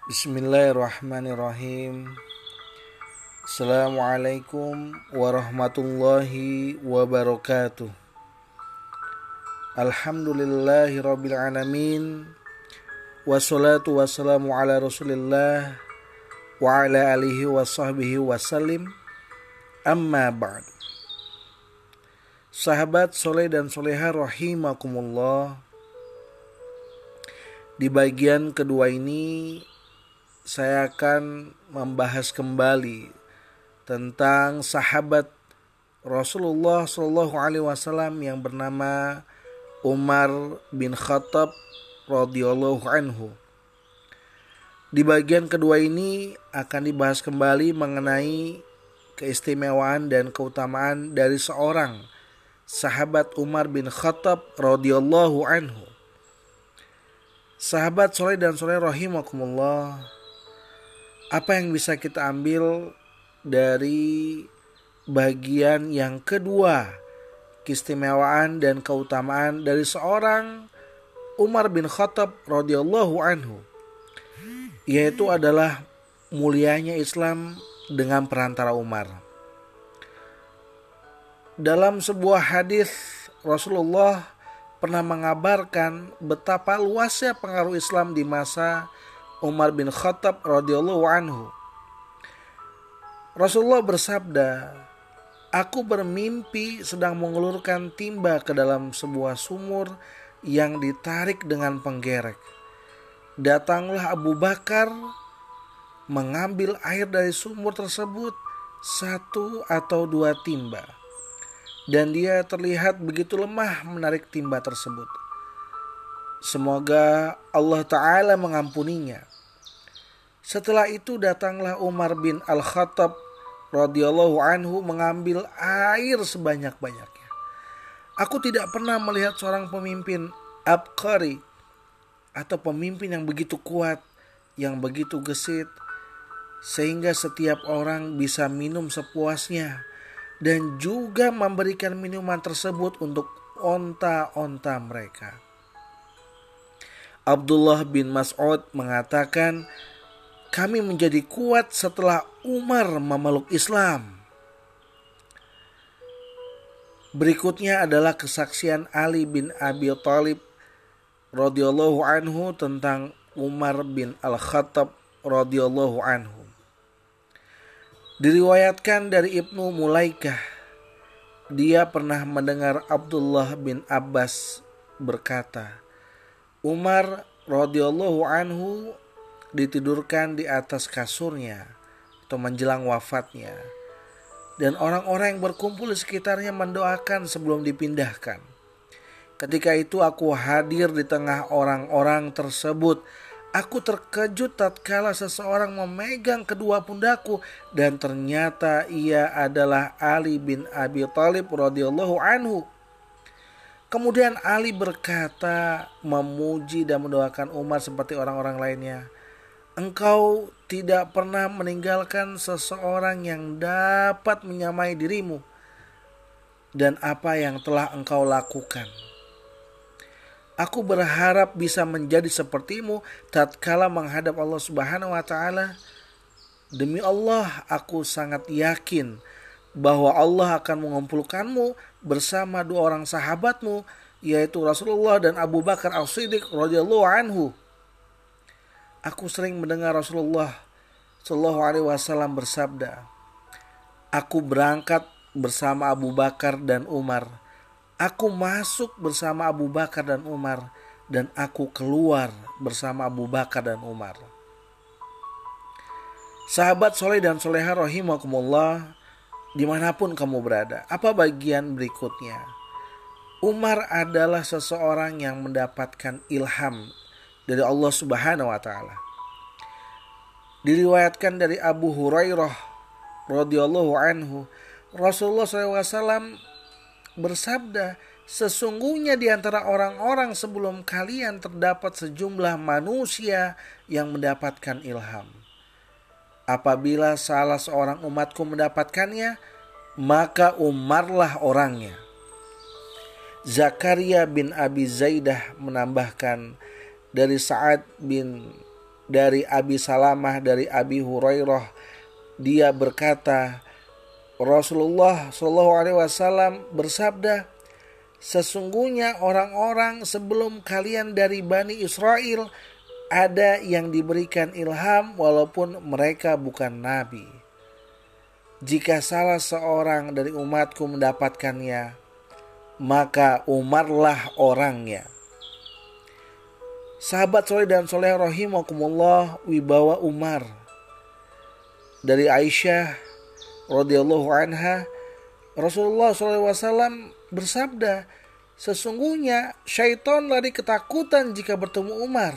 Bismillahirrahmanirrahim. Assalamualaikum warahmatullahi wabarakatuh. Alhamdulillahirabbil alamin. Wassalatu wassalamu ala Rasulillah wa ala alihi washabbihi wasallim. Amma ba'd. Sahabat soleh dan soleha rahimakumullah. Di bagian kedua ini saya akan membahas kembali tentang sahabat Rasulullah SAW yang bernama Umar bin Khattab radhiyallahu anhu. Di bagian kedua ini akan dibahas kembali mengenai keistimewaan dan keutamaan dari seorang sahabat Umar bin Khattab radhiyallahu anhu. Sahabat soleh dan soleh rahimakumullah, apa yang bisa kita ambil dari bagian yang kedua, keistimewaan dan keutamaan dari seorang Umar bin Khattab radhiyallahu anhu, yaitu adalah mulianya Islam dengan perantara Umar. Dalam sebuah hadis Rasulullah pernah mengabarkan betapa luasnya pengaruh Islam di masa Umar bin Khattab radhiyallahu anhu. Rasulullah bersabda, "Aku bermimpi sedang mengulurkan timba ke dalam sebuah sumur yang ditarik dengan penggerek. Datanglah Abu Bakar mengambil air dari sumur tersebut 1 atau 2 timba. Dan dia terlihat begitu lemah menarik timba tersebut. Semoga Allah Ta'ala mengampuninya. Setelah itu datanglah Umar bin Al-Khattab radhiyallahu anhu mengambil air sebanyak-banyaknya. Aku tidak pernah melihat seorang pemimpin abqari atau pemimpin yang begitu kuat, yang begitu gesit, sehingga setiap orang bisa minum sepuasnya dan juga memberikan minuman tersebut untuk onta-onta mereka." Abdullah bin Mas'ud mengatakan, "Kami menjadi kuat setelah Umar memeluk Islam." Berikutnya adalah kesaksian Ali bin Abi Thalib radhiyallahu anhu tentang Umar bin Al-Khattab radhiyallahu anhu. Diriwayatkan dari Ibnu Mulaikah, dia pernah mendengar Abdullah bin Abbas berkata, Umar radhiyallahu anhu ditidurkan di atas kasurnya atau menjelang wafatnya, dan orang-orang yang berkumpul di sekitarnya mendoakan sebelum dipindahkan. Ketika itu aku hadir di tengah orang-orang tersebut. Aku terkejut tatkala seseorang memegang kedua pundakku, dan ternyata ia adalah Ali bin Abi Thalib radhiyallahu anhu. Kemudian Ali berkata, memuji dan mendoakan Umar seperti orang-orang lainnya. Engkau tidak pernah meninggalkan seseorang yang dapat menyamai dirimu dan apa yang telah engkau lakukan. Aku berharap bisa menjadi sepertimu tatkala menghadap Allah Subhanahu wa taala. Demi Allah, aku sangat yakin bahwa Allah akan mengumpulkanmu bersama 2 orang sahabatmu, yaitu Rasulullah dan Abu Bakar As-Siddiq radhiyallahu anhu. Aku sering mendengar Rasulullah sallallahu alaihi wasallam bersabda, "Aku berangkat bersama Abu Bakar dan Umar. Aku masuk bersama Abu Bakar dan Umar, dan aku keluar bersama Abu Bakar dan Umar." Sahabat soleh dan soleha rahimakumullah, dimanapun kamu berada, apa bagian berikutnya? Umar adalah seseorang yang mendapatkan ilham dari Allah Subhanahu wa taala. Diriwayatkan dari Abu Hurairah radhiyallahu anhu, Rasulullah SAW bersabda, "Sesungguhnya di antara orang-orang sebelum kalian terdapat sejumlah manusia yang mendapatkan ilham. Apabila salah seorang umatku mendapatkannya, maka Umarlah orangnya." Zakaria bin Abi Zaidah menambahkan dari Sa'ad bin dari Abi Salamah dari Abi Hurairah, dia berkata, Rasulullah Shallallahu Alaihi Wasallam bersabda, sesungguhnya orang-orang sebelum kalian dari Bani Israel ada yang diberikan ilham walaupun mereka bukan nabi. Jika salah seorang dari umatku mendapatkannya, maka Umarlah orangnya. Sahabat soleh dan soleh rahimakumullah, wibawa Umar. Dari Aisyah radhiyallahu anha, Rasulullah SAW bersabda, sesungguhnya syaitan lari ketakutan jika bertemu Umar.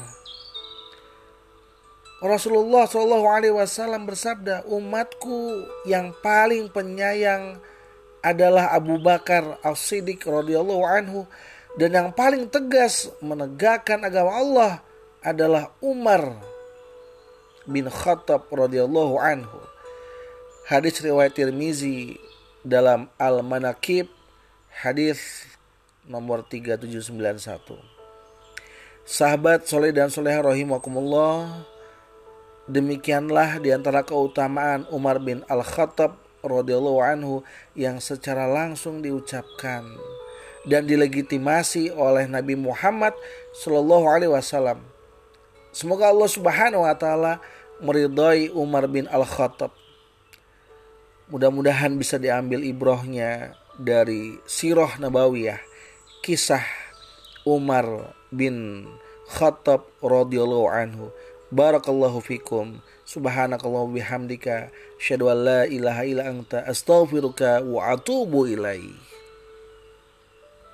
Rasulullah SAW bersabda, umatku yang paling penyayang adalah Abu Bakar As-Siddiq radhiyallahu anhu, dan yang paling tegas menegakkan agama Allah adalah Umar bin Khattab radhiyallahu anhu. Hadis riwayat Tirmizi dalam Al-Manaqib, hadis nomor 3791. Sahabat soleh dan solehah rahimakumullah, demikianlah diantara keutamaan Umar bin Al-Khattab radhiyallahu anhu yang secara langsung diucapkan dan dilegitimasi oleh Nabi Muhammad sallallahu alaihi wasallam. Semoga Allah Subhanahu wa taala meridhai Umar bin Al-Khattab. Mudah-mudahan bisa diambil ibrahnya dari sirah nabawiyah, kisah Umar bin Khattab radhiyallahu anhu. Barakallahu fikum. Subhanakallah bihamdika, asyhadu an la ilaha illa anta, astaghfiruka wa atubu ilaih.